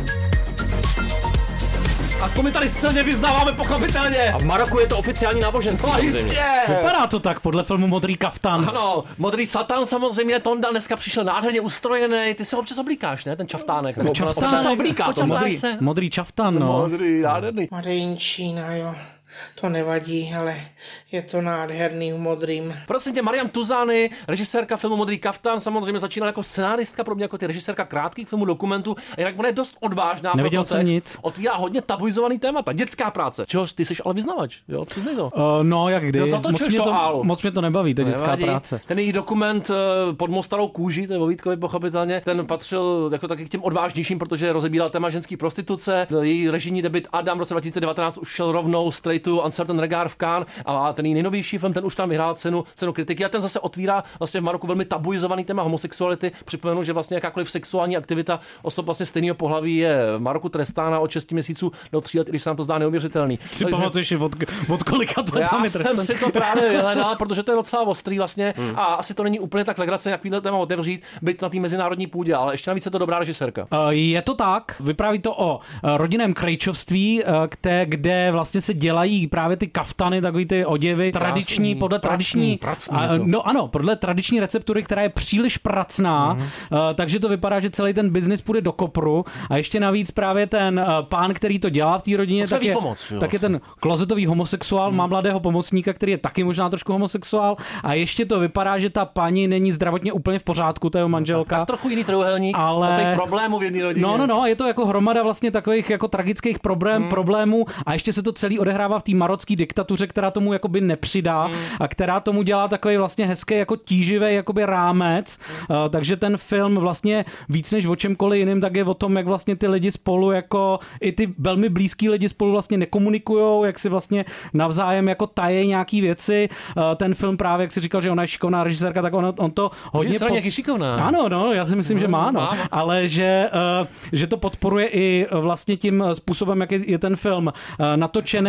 A to my tady silně vyznáváme pochopitelně. A v Maroku je to oficiální náboženství. No jistě. Vypadá to tak podle filmu Modrý kaftan. Ano, Modrý satan samozřejmě, Tonda dneska přišel nádherně ustrojený. Ty se občas oblíkáš, ne? Ten čaftánek. Občas se oblíká. Modrý čaftan, no. Modrý, nádherný. Madejnčína, jo. To nevadí, ale je to nádherný v modrým. Prosím tě, Mariam Tuzany, režisérka filmu Modrý kaftan, samozřejmě začínala jako scenáristka, pro mě jako ty režisérka krátkých filmů, dokumentů, a jinak ona je dost odvážná. Neviděl jsem nic. Otvírá hodně tabuizovaný témata, dětská práce. Čehož ty jsi ale vyznavač, jo? Přiznej to. No, jak kdy. Moc mě to nebaví, ta dětská práce. Ten jejich dokument Pod mou starou kůži, to je o Vítkovi pochopitelně, ten patřil jako taky k těm odvážnějším, protože rozebíral téma ženské prostituce. Její režijní debut Adam v roce 2019 už šel rovnou straight to Uncertain Regard v Cannes a ten nejnovější film, ten už tam vyhrál cenu kritiky a ten zase otvírá vlastně v Maroku velmi tabuizovaný téma homosexuality. Připomenu, že vlastně jakákoliv sexuální aktivita osob vlastně stejného pohlaví je v Maroku trestána od 6 měsíců do 3 let, i když se nám to zdá neuvěřitelný. Si pamatuješ od kolika to tam je trestaný? Já jsem si to právě vyhledal, protože to je docela ostrý vlastně a asi to není úplně tak legrace, jak takovýhle téma otevřít, být na té mezinárodní půdě, ale ještě navíc je to dobrá režisérka. Je to tak, vypráví to o rodinném krejčovství, kde vlastně se dělají právě ty kaftany, takový ty oděvy tradiční, podle tradiční, no ano, podle tradiční receptury, která je příliš pracná, takže to vypadá, že celý ten biznis půjde do kopru a ještě navíc právě ten pán, který to dělá v té rodině, tak je ten klozetový homosexuál, má mladého pomocníka, který je taky možná trošku homosexuál a ještě to vypadá, že ta paní není zdravotně úplně v pořádku, ta jeho manželka. Tak trochu jiný trojúhelník, ale problémů v jedné rodině. No, je to jako hromada vlastně takových jako tragických problémů a ještě se to celý odehrává v té marocké diktatuře, která tomu jakoby nepřidá a která tomu dělá takový vlastně hezký jako tíživý jakoby rámec, takže ten film vlastně víc než o čemkoliv jiným, tak je o tom, jak vlastně ty lidi spolu jako i ty velmi blízký lidi spolu vlastně nekomunikujou, jak si vlastně navzájem jako tají nějaký věci. Ten film právě, jak si říkal, že ona je šikovná režisérka, tak on to hodně šikovná. Ano, no, já si myslím, že má, no. Ale že to podporuje i vlastně tím způsobem, jak je ten film natočený, že nás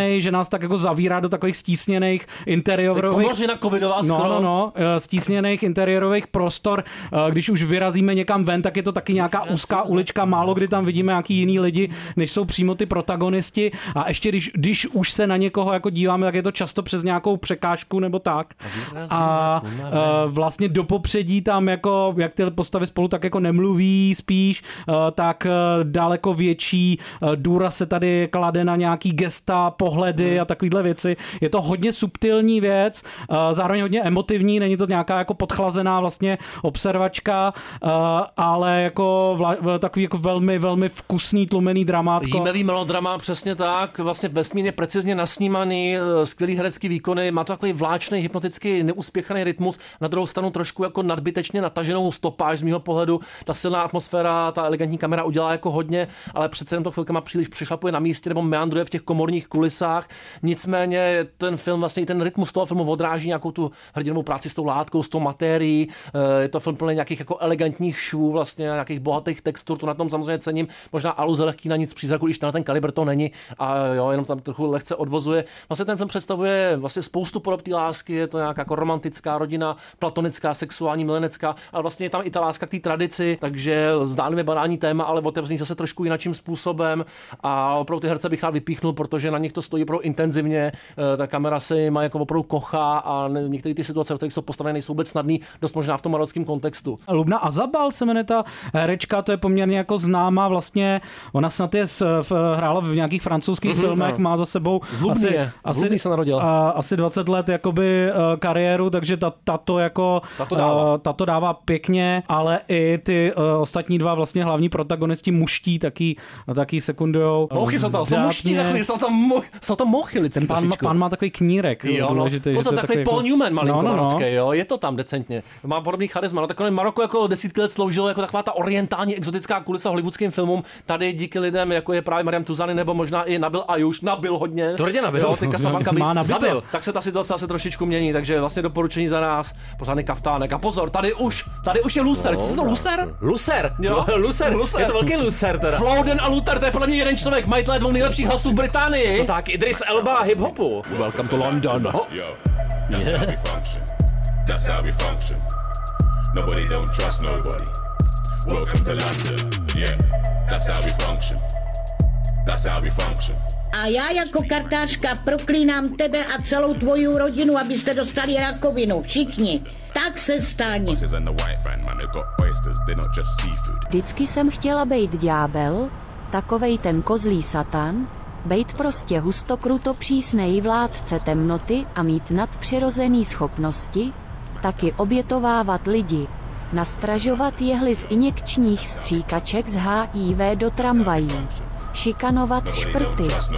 nás tak jako zavírá do takových stísněných interiérových... Komořina covidová skoro. No, stísněných interiérových prostor. Když už vyrazíme někam ven, tak je to taky nějaká úzká ulička, málo kdy tam vidíme nějaký jiný lidi, než jsou přímo ty protagonisti. A ještě když už se na někoho jako díváme, tak je to často přes nějakou překážku nebo tak. A vlastně do popředí tam jako, jak ty postavy spolu tak jako nemluví spíš, tak daleko větší důraz se tady klade na nějaký gesta, pohledy a takovýhle věci. Je to hodně subtilní věc, zároveň hodně emotivní, není to nějaká jako podchlazená vlastně observačka, ale jako takový jako velmi, velmi vkusný tlumený dramátko. Jímavý melodrama, přesně tak, vlastně vesmírně precizně nasnímaný, skvělý herecký výkony, má to takový vláčný, hypnotický, neuspěchaný rytmus, na druhou stranu trošku jako nadbytečně nataženou stopáž z mýho pohledu. Ta silná atmosféra, ta elegantní kamera udělá jako hodně, ale přece jenom to chvilkama příliš přešlapuje na místě nebo meandruje v těch komorních kulisách. Nicméně ten film, vlastně i ten rytmus toho filmu odráží nějakou tu hrdinovou práci s tou látkou, s tou matérií. Je to film plný nějakých jako elegantních švů, vlastně nějakých bohatých textur, to na tom samozřejmě cením. Možná aluze lehký na nic přízraku, když ten kalibr to není a jo, jenom tam trochu lehce odvozuje. Vlastně ten film představuje vlastně spoustu podob té lásky, je to nějaká jako romantická rodina, platonická, sexuální, milenecká, ale vlastně je tam i ta láska k té tradici, takže zdánlivě banální téma, ale otevřený zase trošku jinakým způsobem a opravdu ty herce bych rád vypíchnul, protože na nich to stojí opravdu intenzivně, ta kamera se jim jako opravdu kochá a některé ty situace, v kterých jsou postavené, nejsou vůbec snadný, dost možná v tom marockém kontextu. Lubna Azabal se jmenuje ta herečka, to je poměrně jako známá vlastně, ona snad je hrála v nějakých francouzských filmech, má za sebou asi se narodila. Asi 20 let jakoby kariéru, takže tato dává pěkně, ale i ty ostatní dva vlastně hlavní protagonisti muští taky sekundujou. Mochy jsou muští, jsou tam mochy lidský. Ten pán má takový knírek. Důležitý. Takový Paul Newman malinko marocký, jo, je to tam decentně. Má podobný charisma. No, takové Maroko jako desítky let sloužilo jako taková ta orientální exotická kulisa hollywoodským filmům. Tady díky lidem, jako je právě Mariam Tuzany nebo možná i Nabil Ayush, nabil hodně. Tvrdě nabil. Jo, ty Casablanca zabil. Tak se ta situace asi trošičku mění, takže vlastně doporučení za nás. Pořádný kaftánek. A pozor, tady už je Lucer. Chci to Lucer? Lucer. Je to velký Lucer teda. Flowden a Luther, to je podle mě jeden člověk, majitelé dvou nejlepších hlasů v Británii. No tak, Idris Elba hip-hopu. Welcome to London. That's how we function. That's how we function. Nobody don't trust nobody. Welcome to London. Yeah, that's how we function. That's how we function. A já jako kartářka proklínám tebe a celou tvoji rodinu, abyste dostali rakovinu. Všichni. Tak se staň. Vždycky jsem chtěla bejt ďábel, takovej ten kozlý satan, bejt prostě hustokruto přísnej vládce temnoty a mít nadpřirozený schopnosti, taky obětovávat lidi, nastražovat jehly z injekčních stříkaček z HIV do tramvají, šikanovat šprty.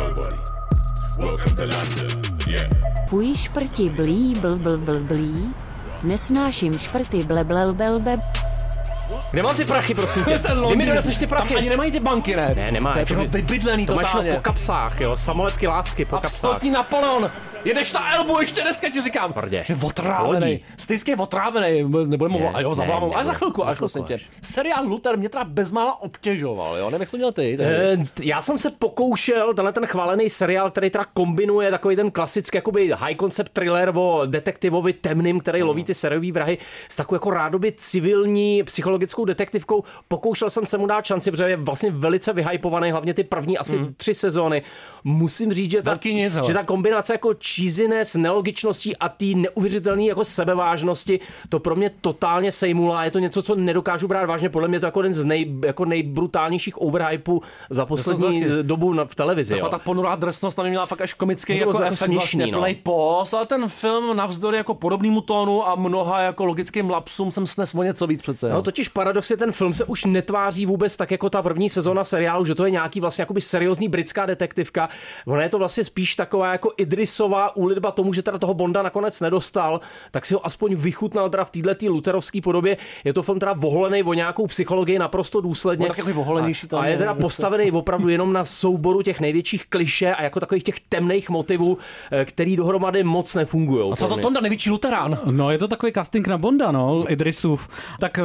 Fuj šprti blí blí, nesnáším šprty bleblelbelbe. Kde mám ty prachy, prosím tě? Kdy mi doneseš ty prachy? Tam ani nemají ty banky, ne? Ne, nemáš. To je všechno vybydlený totálně. To máš po kapsách, jo, samolepky lásky po kapsách. Absolutní Napoleon. Jedeš na Elbu ještě dneska, ti říkám. Tvrdě. Je otrávený. Stejsky je otrávený. Nebudeme volat. A jo, zavolám. Ale za chvilku, až prosím tě. Seriál Luther mě teda bezmála obtěžoval, jo? Nevím, jak to měl ty. Já jsem se pokoušel, ten chválený seriál, který teda kombinuje takový ten klasický jakoby high concept thriller o detektivovi temným, který loví ty seriový vrahy s takovou jako rádoby civilní psychologickou detektivkou. Pokoušel jsem se mu dát šanci, protože je vlastně velice vyhypovaný, hlavně ty první asi 3 sezóny. Musím říct, že ta kombinace jako cheesiness, nelogičností a té neuvěřitelné jako sebevážnosti, to pro mě totálně sejmula. Je to něco, co nedokážu brát vážně. Podle mě to jako jeden z nejbrutálnějších overhypů za poslední dobu v televizi. Taková ta ponurá drsnost tam měla fakt až komický jako efekt, směšný, vlastně play pause, ale ten film navzdory jako podobnému tónu a mnoha jako logickým lapsům jsem snes o něco víc přece. No totiž paradoxně ten film se už netváří vůbec tak jako ta první sezóna seriálu, že to je nějaký vlastně jakoby seriózní britská detektivka. Ona je to vlastně spíš taková jako Idrisová úlitba tomu, že teda toho Bonda nakonec nedostal, tak si ho aspoň vychutnal teda v této luterovské podobě. Je to film teda voholený o nějakou psychologii naprosto důsledně. A je teda postavený opravdu jenom na souboru těch největších klišé a jako takových těch temných motivů, který dohromady moc nefungují. A co to Tonda, největší luterán? No, je to takový casting na Bonda, no, Idrisův. Tak z té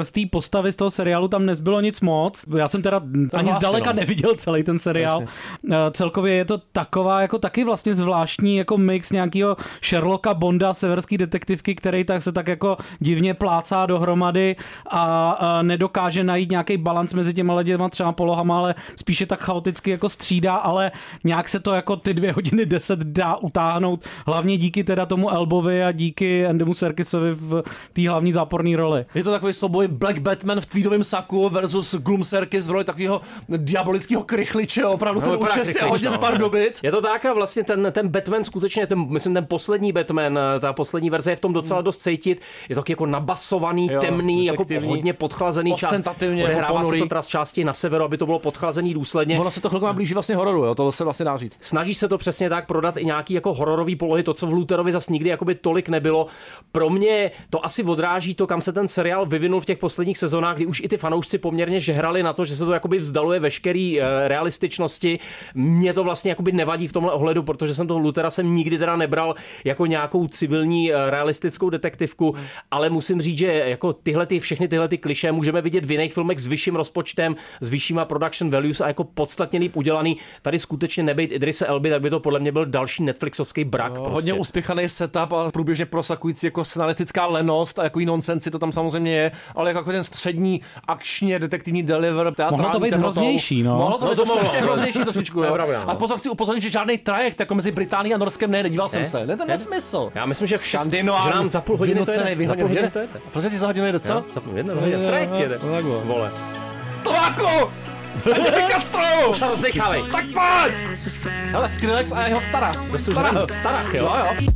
postavy z toho seriálu tam nezbylo nic moc. Já jsem teda ani zdaleka neviděl celý ten seriál. Celkově je to taková jako taky vlastně zvláštní jako mix nějakého Sherlocka Bonda, severský detektivky, který se tak jako divně plácá dohromady a nedokáže najít nějaký balans mezi těma třeba polohama, ale spíše tak chaoticky jako střídá, ale nějak se to jako ty 2 hodiny 10 dá utáhnout, hlavně díky teda tomu Elbovi a díky Andymu Serkisovi v té hlavní záporné roli. Je to takový souboj Black Batman v tweedovém saku versus Gloom Serkis v roli takového diabolického krychliče, opravdu ten účes je hodně z Pardubic. Je to tak a vlastně ten Batman skutečně, myslím ten poslední Batman, ta poslední verze je v tom docela dost cítit, je to jako nabasovaný, temný, jako hodně podchlazený čas. Odehrává se to teda z části na severu, aby to bylo podchlazený důsledně. Ono se to chvilku blíží vlastně hororu, jo, to se vlastně dá říct. Snaží se to přesně tak prodat i nějaký jako hororový polohy, to co v Lutherovi zas nikdy jakoby tolik nebylo. Pro mě to asi odráží to, kam se ten seriál vyvinul v těch posledních sezónách, kdy už i ty fanoušci poměrně žehrali na to, že se to jakoby vzdaluje veškerý realističnosti. Mně to vlastně jakoby nevadí v tomhle ohledu, protože jsem toho Luthera nikdy teda nebral jako nějakou civilní realistickou detektivku, ale musím říct, že jako všechny tyhle klišé můžeme vidět v jiných filmech s vyšším rozpočtem, s vyššíma production values a jako podstatně líp udělaný. Tady skutečně nebejt Idrise Elby, tak by to podle mě byl další Netflixovský brak. Prostě. Hodně uspěchaný setup a průběžně prosakující jako scenaristická lenost a jako nonsensy to tam samozřejmě je, ale jako ten střední akčně detektivní deliver. Mohlo to být hroznější, no. Mohlo to být ještě hroznější trošičku. A pozor, chci upozornit, že žádný trajekt jako mezi Británií a Norskem nejde. Díval jsem se. Ne, to nesmysl. Já myslím, že nám za půl hodiny to jede. Proč ti za hodinu jede, co? Za půl hodiny trajekt jede. Vole. Tomáku! Castro! Už se rozdechávej. Tak pojď! Hele, Skrillex a jeho stará. Stará, jo.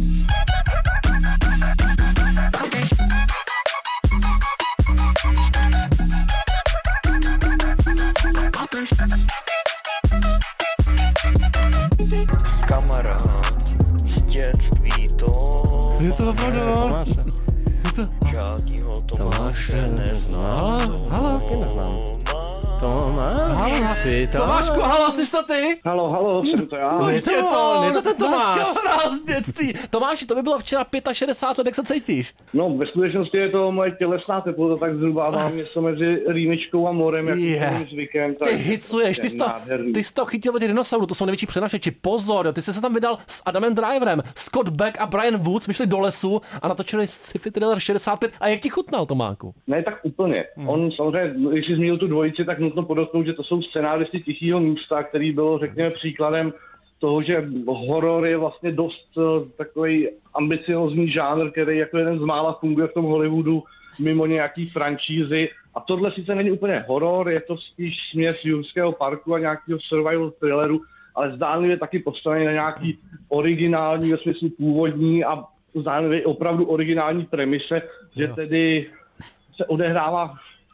Kamarád z dětství to. Je to opravdu? Žádnýho Tomáše neznám. Halo, taky neznám. Tomášku, halo, jsi to ty? Halo, jsem to já. Je to ten Tomáš. Z dětství. Tomáši, to by bylo včera 65 let, jak se cítíš? No, ve skutečnosti je to moje tělesná teplota, tak zhruba mám něco mezi rýmičkou a morem, jak jsem zvykem. Ty hicuješ, ty jsi to chytil od těch dinosaurů, to jsou největší přenašeči. Pozor, ty jsi se tam vydal s Adamem Driverem. Scott Beck a Brian Woods vyšli do lesu a natočili sci-fi thriller 65. A jak ti chutnal, Tomáku? Ne, tak úplně. On samozřejmě, když jsi zmínil tu dvojici, tak nutno podotknout, že to jsou scenáristi Tichýho místa, který byl, řekněme, příkladem toho, že horor je vlastně dost takový ambiciozní žánr, který jako jeden z mála funguje v tom Hollywoodu mimo nějaký franšízy. A tohle sice není úplně horor, je to spíš směs Jurského parku a nějakého survival thrilleru, ale zdánlivě taky postavený na nějaký originální, ve smyslu původní a zdánlivě opravdu originální premise, že tedy se odehrává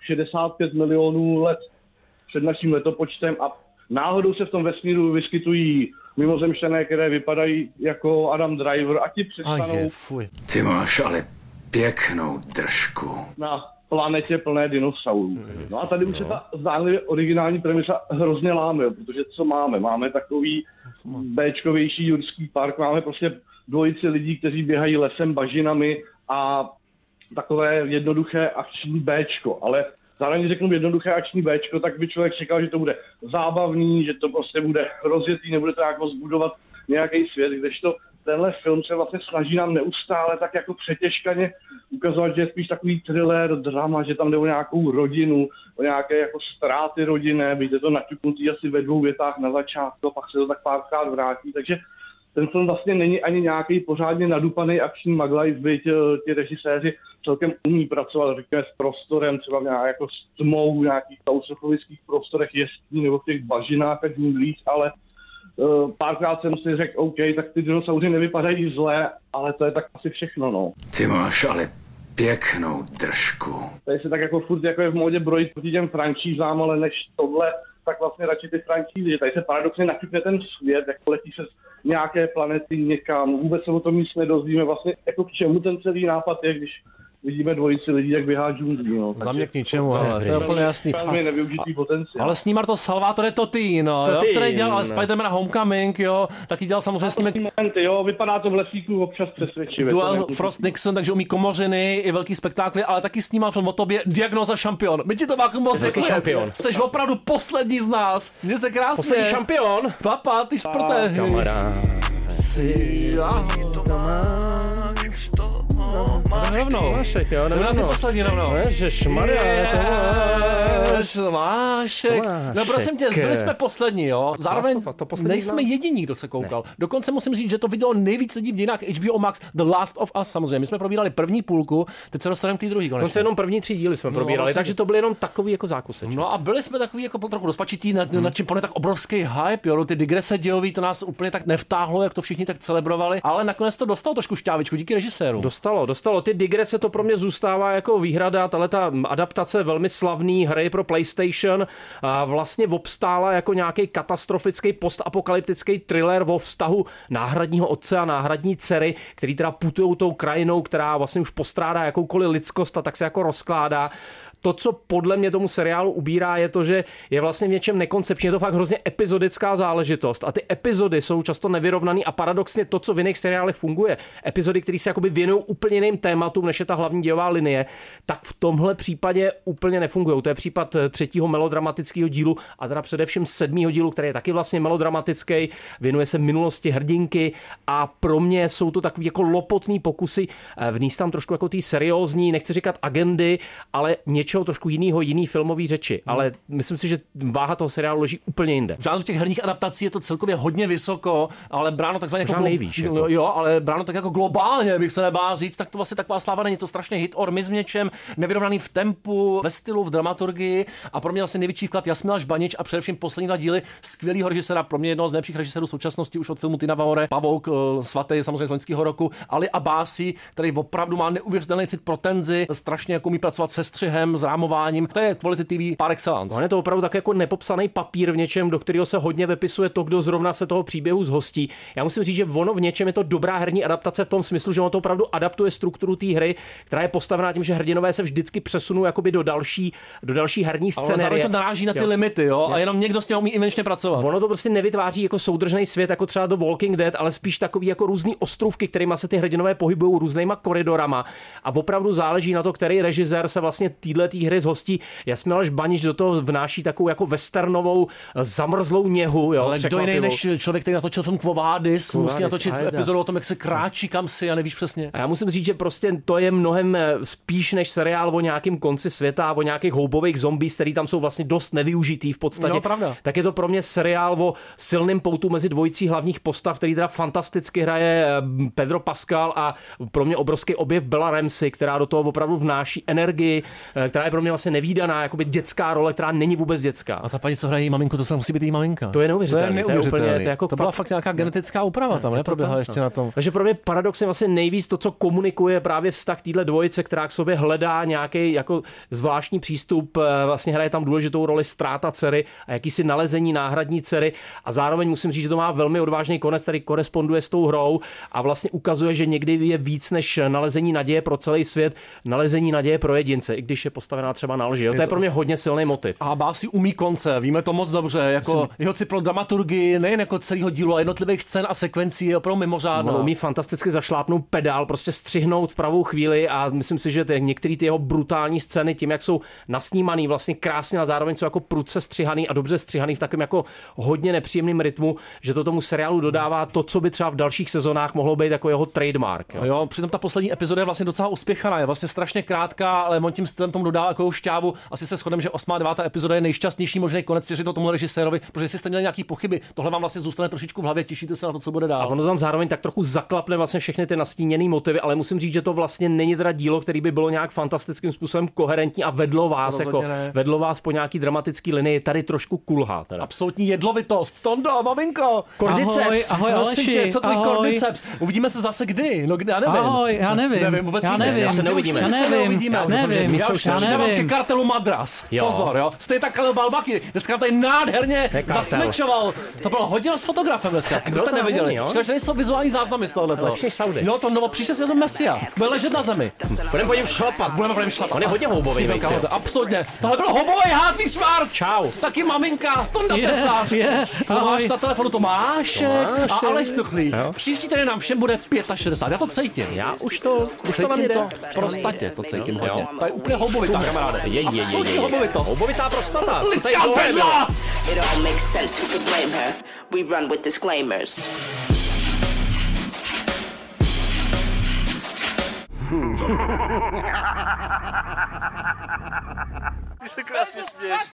65 milionů let před naším letopočtem a náhodou se v tom vesmíru vyskytují mimozemšťané, které vypadají jako Adam Driver a ti přestanou Ty máš ale pěknou držku. Na planetě plné dinosaurů. No a tady už se ta zdánlivě originální premisa hrozně láme, protože co máme? Máme takový béčkovější jurský park, máme prostě dvojici lidí, kteří běhají lesem, bažinami a takové jednoduché akční béčko, ale zároveň řeknu jednoduché akční béčko, tak by člověk čekal, že to bude zábavný, že to prostě bude rozjetý, nebude to jako zbudovat nějaký svět, kdežto tenhle film se vlastně snaží nám neustále tak jako přetěžkaně ukazovat, že je spíš takový thriller, drama, že tam jde o nějakou rodinu, o nějaké jako ztráty rodinné, byť je to naťuknutý asi ve 2 větách na začátku a pak se to tak párkrát vrátí, takže ten film vlastně není ani nějaký pořádně nadupaný akční maglajs, byť ti režiséři celkem umí pracovat, řekněme, s prostorem, třeba jako s tmou v nějakých klaustrofobických prostorech jeskyní nebo v těch bažinách a džunglích, ale párkrát jsem si řekl, OK, tak ty dinosauři nevypadají zlé, ale to je tak asi všechno, no. Ty máš ale pěknou držku. Tady se tak jako furt jako je v módě brojit proti těm franšízám, ale než tohle, tak vlastně radši ty franšízy, že tady se paradoxně nakypne ten svět, jako letí se z nějaké planety někam, vůbec se o tom nic nedozvíme, vlastně jako k čemu ten celý nápad je, když vidíme dvojici lidí, jak běhá džunglí. No. Za mě k ničemu, ale to je úplně jasný. Nevyužitý potenciál. Ale snímar to Salvatore Totino, jo, který dělal ale Spider-Mana Homecoming, jo, taky dělal samozřejmě snímek. Jo, vypadá to v lesíku občas přesvědčivě. Duel Frost Nixon, takže umí komořiny i velký spektákly, ale taky snímal film o tobě Diagnoza šampion. My ti to máku moc děkujeme. Seš opravdu poslední z nás. Mně se krásně. Poslední šampion. Papa, ty šprte. Kamarád. Rovnou. Mášek, jo, rovnou. Poslední rovnou. Tomášek. No prosím tě, zbyli jsme poslední, jo. Zároveň nejsme jediní, kdo se koukal. Dokonce musím říct, že to vidělo nejvíc lidí v dějinách HBO Max, The Last of Us, samozřejmě. My jsme probírali první půlku, teď se dostaneme k té druhé konečně. Dokonce jenom první 3 díly jsme probírali, takže to byly jenom takový jako zákusy. No a byli jsme takový jako trochu rozpačitý, na čím pone tak obrovský hype, jo. Ty digrese dějový, to nás úplně tak nevtáhlo, jak to všichni tak celebrovali, ale nakonec to dostalo trošku šťávičku díky režiséru. Dostalo. Ty digrese to pro mě zůstává jako výhrada, ta adaptace velmi slavný hry pro PlayStation vlastně obstála jako nějaký katastrofický postapokalyptický thriller o vztahu náhradního otce a náhradní dcery, který teda putujou tou krajinou, která vlastně už postrádá jakoukoliv lidskost a tak se jako rozkládá. To, co podle mě tomu seriálu ubírá, je to, že je vlastně v něčem nekoncepční. Je to fakt hrozně epizodická záležitost. A ty epizody jsou často nevyrovnaný a paradoxně to, co v jiných seriálech funguje, epizody, které se jakoby věnují úplně jiným tématům, než je ta hlavní dějová linie, tak v tomhle případě úplně nefungují. To je případ 3. melodramatického dílu a teda především 7. dílu, který je taky vlastně melodramatický, věnuje se minulosti hrdinky a pro mě jsou to takový jako lopotný pokusy vníst tam trošku jako ty seriózní, nechci říkat agendy, ale něčeho trošku jiný filmový řeči, ale myslím si, že váha toho seriálu leží úplně jinde. V žádnou těch herních adaptací je to celkově hodně vysoko, ale bráno takzvaně jako nejvíc. Jako. Jo, ale bráno tak jako globálně, bych se nebál říct, tak to vlastně taková sláva není, to strašně hit or miss v něčem, nevyrovnaný v tempu, ve stylu, v dramaturgii a pro mě vlastně největší vklad Jasmila Žbanič a především poslední 2 díly skvělého režiséra, pro mě jednoho z nejlepších režisérů současnosti už od filmu Tina Vaore, Pavouk svatý samozřejmě z loňského roku, Ali Abasi, který opravdu má neuvěřitelný cit pro tenzi, strašně jako umí pracovat se střihem, s rámováním. To je Quality TV par excellence. On je to opravdu tak jako nepopsaný papír v něčem, do kterého se hodně vypisuje to, kdo zrovna se toho příběhu zhostí. Já musím říct, že ono v něčem je to dobrá herní adaptace v tom smyslu, že on to opravdu adaptuje strukturu té hry, která je postavená tím, že hrdinové se vždycky přesunou jakoby do další herní scény. Ale zároveň to naráží na ty limity, jo? A jenom někdo s tím umí invenčně pracovat. Ono to prostě nevytváří jako soudržný svět, jako třeba do Walking Dead, ale spíš takový jako různý ostrůvky, kterými se ty hrdinové pohybují různýma koridorama. A opravdu záleží na to, který režisér se vlastně této hry zhostí. Jasmila Žbanič do toho vnáší takovou jako westernovou zamrzlou něhu, jo. Ale kdo jiný než člověk, který natočil film Quo Vadis, musí natočit epizodu o tom, jak se kráčí kam si a nevíš přesně. A já musím říct, že prostě to je mnohem spíš než seriál o nějakém konci světa, o nějakých houbových zombies, který tam jsou vlastně dost nevyužitý v podstatě. No, pravda. Tak je to pro mě seriál o silném poutu mezi dvojicí hlavních postav, který teda fantasticky hraje Pedro Pascal a pro mě obrovský objev Bella Ramsey, která do toho opravdu vnáší energii, která je pro mě vlastně nevídaná, jakoby dětská role, která není vůbec dětská. A ta paní, co hraje její maminku, to se musí být její maminka. To je neuvěřitelné. To byla fakt nějaká genetická úprava tam, neproběhla ještě na tom. Takže pro mě paradoxně vlastně nejvíc to, co komunikuje právě vztah téhle dvojice, která k sobě hledá nějaký jako zvláštní přístup, vlastně hraje tam důležitou roli ztráta dcery a jakýsi nalezení náhradní dcery a zároveň musím říct, že to má velmi odvážný konec, který koresponduje s tou hrou a vlastně ukazuje, že někdy je víc než nalezení naděje pro celý svět, nalezení naděje pro jedince, i když je postavená třeba na lži. To je pro mě hodně silný motiv. A Basi umí konce, víme to moc dobře, jako jeho cit pro dramaturgii, nejen jako celého dílu, ale jednotlivých scén a sekvencí je opravdu mimořádná. On umí fantasticky zašlápnout pedál, prostě střihnout v pravou chvíli a myslím si, že některé ty jeho brutální scény tím, jak jsou nasnímaný vlastně krásně a zároveň jsou jako prudce střihaný a dobře střihaný v takovém jako hodně nepříjemným rytmu, že to tomu seriálu dodává to, co by třeba v dalších sezónách mohlo být jako jeho trademark. Jo, přitom ta poslední epizoda je vlastně docela uspěchaná, je vlastně strašně krátká, ale on tím stylem tomu dodává jako šťávu. Asi se shodneme, že 8. a 9. epizoda je nejšťastnější možný konec, svěřit to tomu režisérovi, protože jestli jste měli nějaký pochyby, tohle vám vlastně zůstane trošičku v hlavě, těšíte se na to, co bude dál. A ono tam zároveň tak trochu zaklapne vlastně všechny ty nastíněné motivy, ale musím říct, že to vlastně není teda dílo, který by bylo nějak fantastickým způsobem koherentní a vedlo vás po nějaký dramatický linii, tady trošku kulhá. Teda. Absolutní jedlovitost. Tondo, maminko. Kordyceps. Ahoj Aleši. Co tvůj kordyceps? Uvidíme se zase kdy? No, já nevím. Ahoj, já nevím. Vůbec já nevím. Já se neuvidíme. Já nevím. Určitě mám ke kartelu Madras. Jo. Pozor, jo. Stejně tak Khalil Balbaki. Dneska tady nádherně zasmečoval. To bylo hodina s fotografem dneska. Kdo jste neviděli? Škoda, že nejsou vizuální záznamy z tohoto. Lepší než Saudy. No to novo, příště si vezmu Messia. Bude ležet na zemi. Budeme po něm šlapat. On je hodně houbový. Absolutně. Tohle byl houbový Hartley Schwarz. Čau. Taky maminka, Tonda Tesa. Tomáš na telefonu Tomášek a Aleš Stuchlík. Příští týden nám všem bude 65. Já to cítím. Já už to cítím to prostatě, to cítím hodně. To je úplně houbovitá, kamaráde. Absolutní houbovitost. Houbovitá prostata. Lidská bedla! It all makes sense, who could blame her? We run with disclaimers. Ty se krásně směješ.